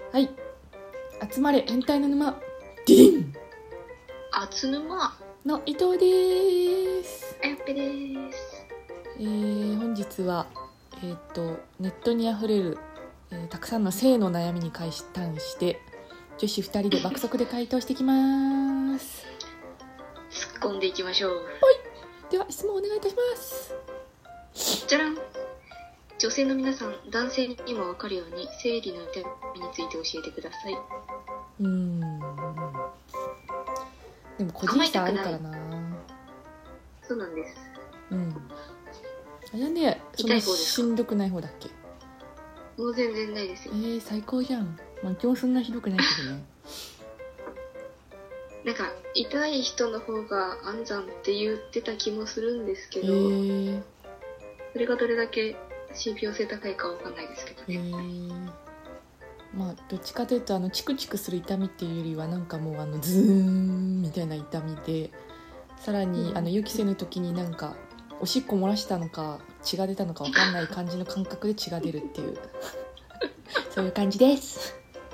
はい、集まれ変態の沼ディディンあつぬまの伊藤です。 あやっぺです。 本日は、ネットにあふれる、たくさんの性の悩みに対して女子2人で爆速で回答していきます。 突っ込んでいきましょう。 では質問お願いいたします。 じゃらん。女性の皆さん、男性にも分かるように生理の痛みについて教えてください。 でも個人差あるからな。 そうなんです。 あれね、そんなしんどくない方だっけ？ もう全然ないですよ。 最高じゃん。まあ今日そんなひどくないけどね。 なんか痛い人の方が安産って言ってた気もするんですけど、それがどれだけ信憑性高いかわかんないですけどね。 まあどっちかというとチクチクする痛みっていうよりはなんかもうズーンみたいな痛みで、さらに予期せぬ時になんかおしっこ漏らしたのか血が出たのかわかんない感じの感覚で血が出るっていうそういう感じです。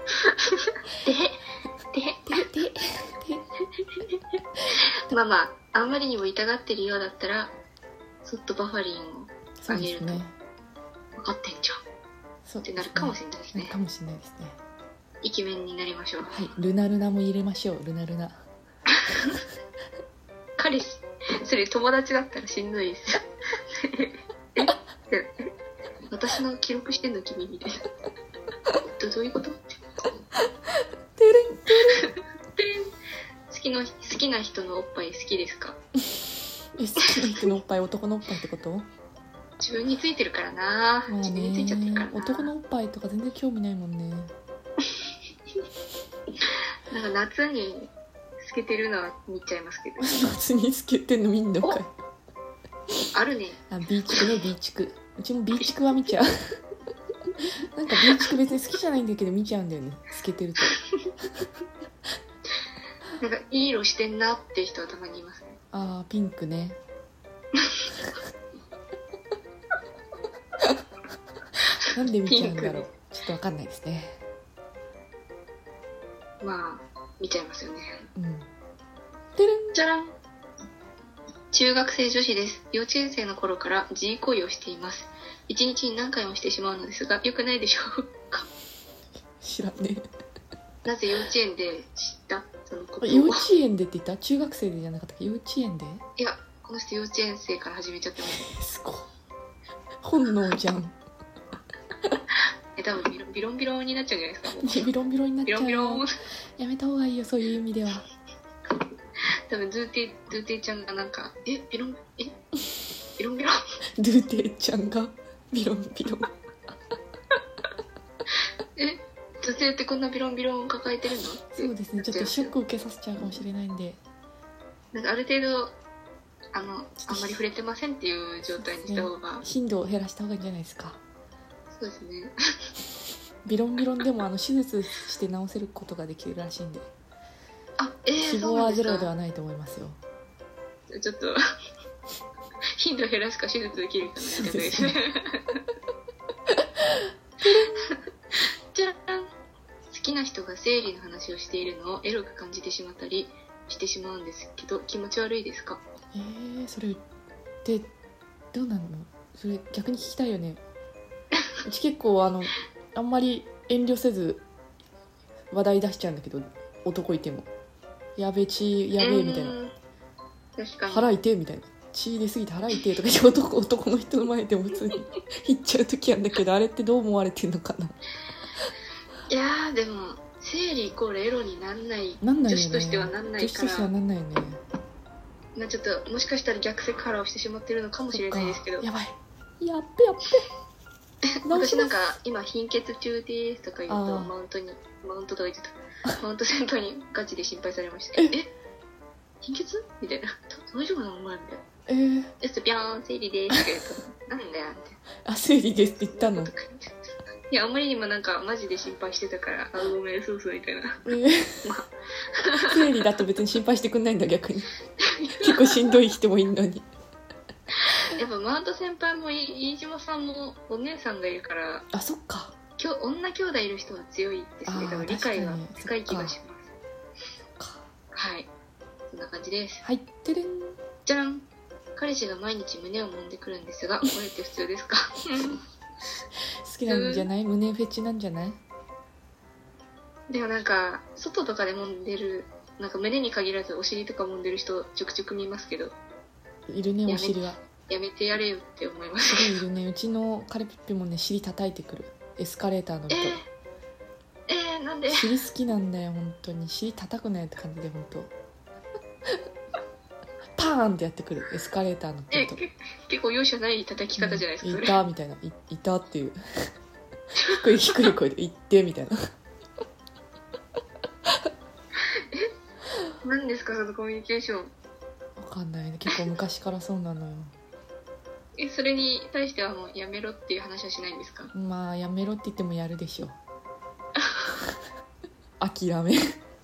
まあまあ、あんまりにも痛がってるようだったらそっとバファリンをあげると、分かってんじゃんってなるかもしれないですね。 かもしれないですね。 イケメンになりましょう。 はい、ルナルナも入れましょう。ルナルナ彼氏、それ友達だったらしんどいです私の記録してんの君みたいなどういうことってテレン好きな人のおっぱい好きですか？ 好きな人のおっぱい男のおっぱいってこと？ 自分についてるからな、自分についちゃってるからな。 男のおっぱいとか全然興味ないもんね。 なんか夏に透けてるのは見ちゃいますけど夏に透けてんの見んのかい。 あるね。 ビーチクね、ビーチク。うちもビーチクは見ちゃうなんかビーチク別に好きじゃないんだけど見ちゃうんだよね、透けてるとなんかいい色してんなって人はたまにいますね。 ピンクねなんで見ちゃうんだろう、ちょっとわかんないですね。 まあ見ちゃいますよね。 てるんじゃらん。中学生女子です。幼稚園生の頃から自慰行為をしています。1日に何回もしてしまうのですが、良くないでしょうか？ 知らねえ。なぜ幼稚園で知ったそのことを？ 幼稚園でって言った？中学生でじゃなかったっけ？幼稚園で？ いや、この人幼稚園生から始めちゃってます。 すごい本能じゃん多分ビロンビロンになっちゃうんじゃないですか。 ビロンビロンになっちゃう。 ビロンビロンやめた方がいいよ、そういう意味では。 多分ドゥーティちゃんがなんかビロンビロンドゥーティちゃんがビロンビロン女性ってこんなビロンビロン抱えてるの？ そうですね、ちょっとショック受けさせちゃうかもしれないんで、 なんかある程度あんまり触れてませんっていう状態にした方が、 頻度を減らした方がいいんじゃないですか。 そうですねビロンビロンでも手術して治せることができるらしいんで、死亡はゼロではないと思いますよ。 ちょっと頻度減らすか手術できるかなみたいですねじゃあ、好きな人が生理の話をしているのをエロく感じてしまったりしてしまうんですけど、気持ち悪いですか？ それってどうなの？それ逆に聞きたいよねうち結構あんまり遠慮せず話題出しちゃうんだけど、男いてもやべえ血やべえみたいな、 確かに腹痛えみたいな、血出すぎて腹痛えとか言って男の人の前でも普通に言っちゃう時あるんだけど、あれってどう思われてんのかな。 いやーでも生理イコールエロになんない、 女子としてはなんないから、 女子としてはなんないよね。 ちょっともしかしたら逆セクハラをしてしまってるのかもしれないですけど、 やばい、やっべ私なんか今貧血中ですとか言うとマウント先輩にガチで心配されました。貧血みたいな、大丈夫なのお前みたいな。ビャーン生理ですって言うとなんだよみたいな。 生理ですって言ったの？ いや、あんまりにもなんかマジで心配してたからごめんそうみたいな生理だと別に心配してくんないんだ逆に結構しんどい人もいるのにやっぱマウント先輩も飯島さんもお姉さんがいるからそっか、 女兄弟いる人は強いですね。多分理解が深い気がします。はい、そんな感じです。 はい、てれん。 じゃん。彼氏が毎日胸を揉んでくるんですが、これって普通ですか？ 好きなんじゃない？胸フェチなんじゃない？ でもなんか外とかで揉んでる、なんか胸に限らずお尻とか揉んでる人ちょくちょく見ますけど、 いるね。お尻はやめてやれよって思います。 すごいいるね。うちのカレピッピもね、尻叩いてくる。エスカレーター乗ると。 なんで？ 尻好きなんだよ本当に。尻叩くなよって感じで本当。パーンってやってくる。エスカレーター乗ってると。 結構容赦ない叩き方じゃないですか。 いたみたいな。いたっていう。低い声で言ってみたいな。 何ですかそのコミュニケーション。 わかんないね。結構昔からそうなのよ。 それに対してはもうやめろっていう話はしないんですか？ まあやめろって言ってもやるでしょ。諦め。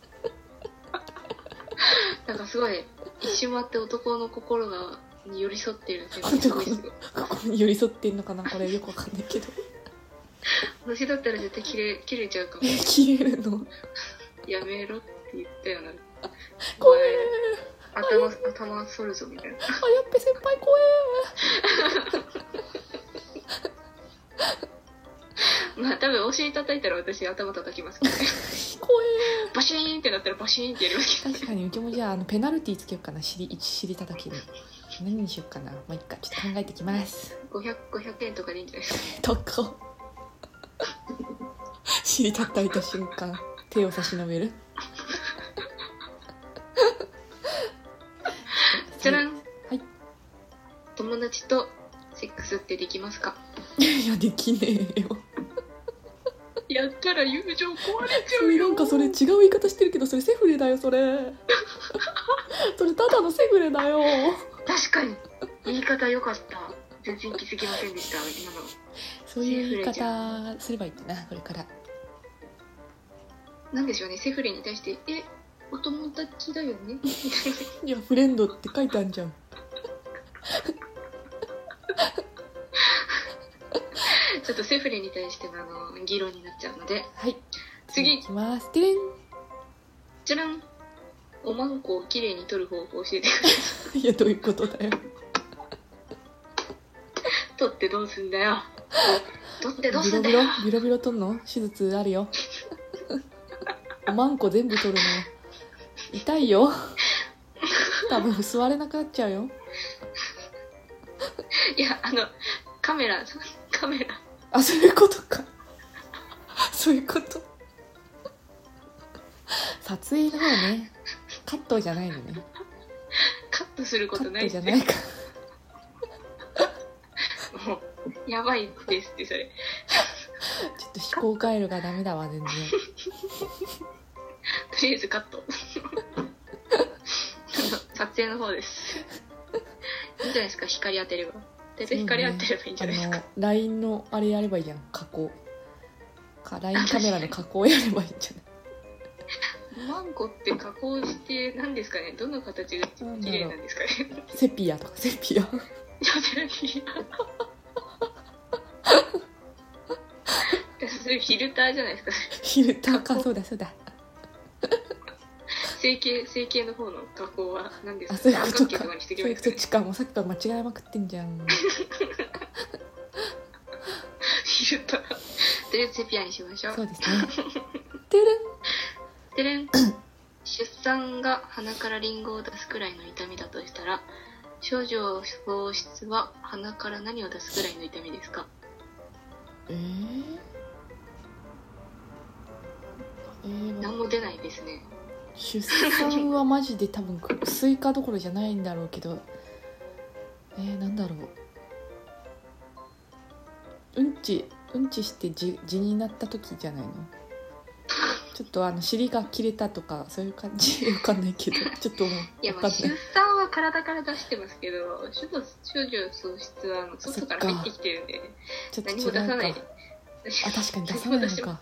なんかすごい一周回って男の心に寄り添ってるっていうのがすごいですよ。 心に寄り添ってんのかなこれよくわかんないけど。 私だったら絶対切れちゃうかも。 切れるの？ やめろって言ったよな。 怖え。 頭反るぞみたいな。 あやっぺ先輩怖え。まあ多分お尻叩いたら私頭叩きますけどね。 怖え。 バシーンってなったらバシーンってやりますけど、ね、 確かにうちもじゃあペナルティーつけようかな。尻叩きに何にしようかな。もう一回ちょっと考えてきます。 500円とかでいいんじゃないですか。高っ。尻叩いた瞬間手を差し伸べる。 じゃらん。 はい。 友達とセックスってできますか？ いやできねえよ。 やったら友情壊れちゃうよ。 なんかそれ違う言い方してるけど、それセフレだよそれ。それただのセフレだよ。 確かに言い方良かった。全然気づきませんでした今の。 そういう言い方すればいいんだなこれから。 なんでしょうね、セフレに対してお友達だよねいやフレンドって書いてあるじゃん。 ちょっとセフレに対しての議論になっちゃうので、 はい、 次いきます。てれん。 じゃらん。おまんこをきれいに取る方法を教えてください。 いやどういうことだよ。 取ってどうすんだよ。取ってどうすんだよ。 ビロビロ取んの？手術あるよ。おまんこ全部取るの痛いよ。多分座れなくなっちゃうよ。 いやカメラあ、そういうことか。そういうこと。撮影の方ね。カットじゃないのね。 カットすることないじゃないか。 もうやばいですってそれ。 ちょっと思考回路がダメだわ全然。 とりあえずカット。撮影の方です。いいんじゃないですか、光当てれば。大体光当てればいいんじゃないですか。 LINE のあれやればいいじゃん、加工。LINE カメラの加工やればいいんじゃない。 マンコって加工して何ですかね。どの形が綺麗なんですかね。 セピアとかセピア。 セピア。フィルターじゃないですか。 フィルターか。そうだそうだ。 整形の方の加工は何ですか。 そういうことか。 そういうことか。もうさっきから間違えまくってんじゃん。フィルター。とりあえずセピアにしましょう。 そうですね。てれん。 てれん。出産が鼻からリンゴを出すくらいの痛みだとしたら、症状喪失は鼻から何を出すくらいの痛みですか？何も出ないですね。 出産はマジで多分スイカどころじゃないんだろうけど、なんだろう。うんちして痔になった時じゃないの？ちょっと尻が切れたとかそういう感じ。わかんないけどちょっともういや、まあ出産は体から出してますけど、症状喪失は外から入ってきてるんで何も出さない。 あ、確かに出さないのか。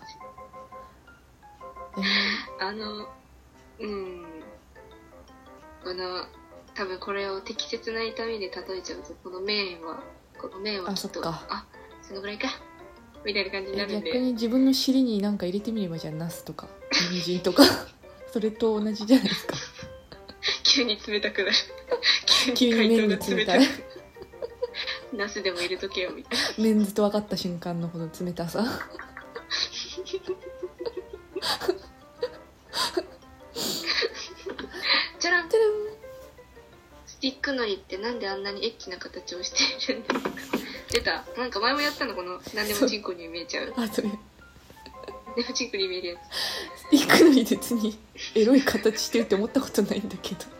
多分これを適切な痛みで例えちゃうと、この面はきっと、そのぐらいかみたいな感じになるんで、 逆に自分の尻に何か入れてみればじゃあナスとか人参とかそれと同じじゃないですか。 急に冷たくなる。 急に麺に冷たい。 ナスでも入れとけよみたいな。 メンズと分かった瞬間のこの冷たさ。 じゃらん。 じゃらん。 スティックのりってなんであんなにエッチな形をしているんですか。出た。なんか前もやったの、この何でもチンコに見えちゃう。 あ、それ何でもチンコに見えるやスティックのり別にエロい形してるって思ったことないんだけど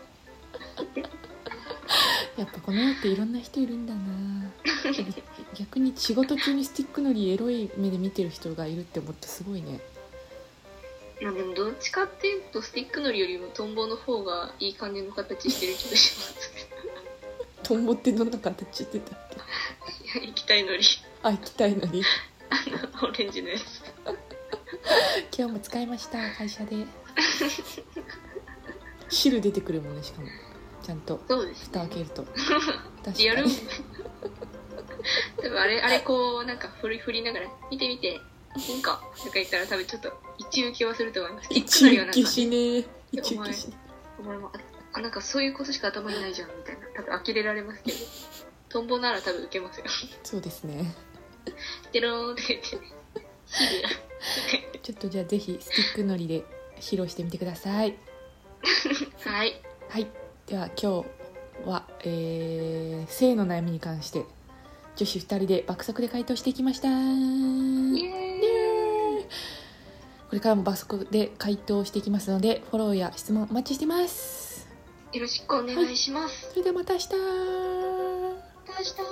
やっぱこの世っていろんな人いるんだな。逆に仕事中にスティックのりエロい目で見てる人がいるって思ってすごいね。 つ。でもどっちかっていうとスティックのりよりもトンボの方がいい感じの形してる気がします。 トンボってどんな形してたっけ。 いや、液体のり。 あ、液体のり。 オレンジのやつ。 今日も使いました会社で。汁出てくるもんね、しかもちゃんと蓋開けると。 リアル。多分あれこうなんか振りながら見てみていいんかとか言ったら多分ちょっと一受けはすると思います。 一受けしねー。一受けしねお前もなんかそういうことしか頭にないじゃんみたいな、多分呆れられますけど、トンボなら多分受けますよ。 そうですね。 テローンって言ってちょっとじゃあぜひスティックのりで披露してみてください。 はい、 はい、では今日は、性の悩みに関して女子2人で爆速で回答していきました。イエーイ。これからも爆速で回答していきますのでフォローや質問お待ちしてます。 よろしくお願いします。 それではまた明日。 また明日。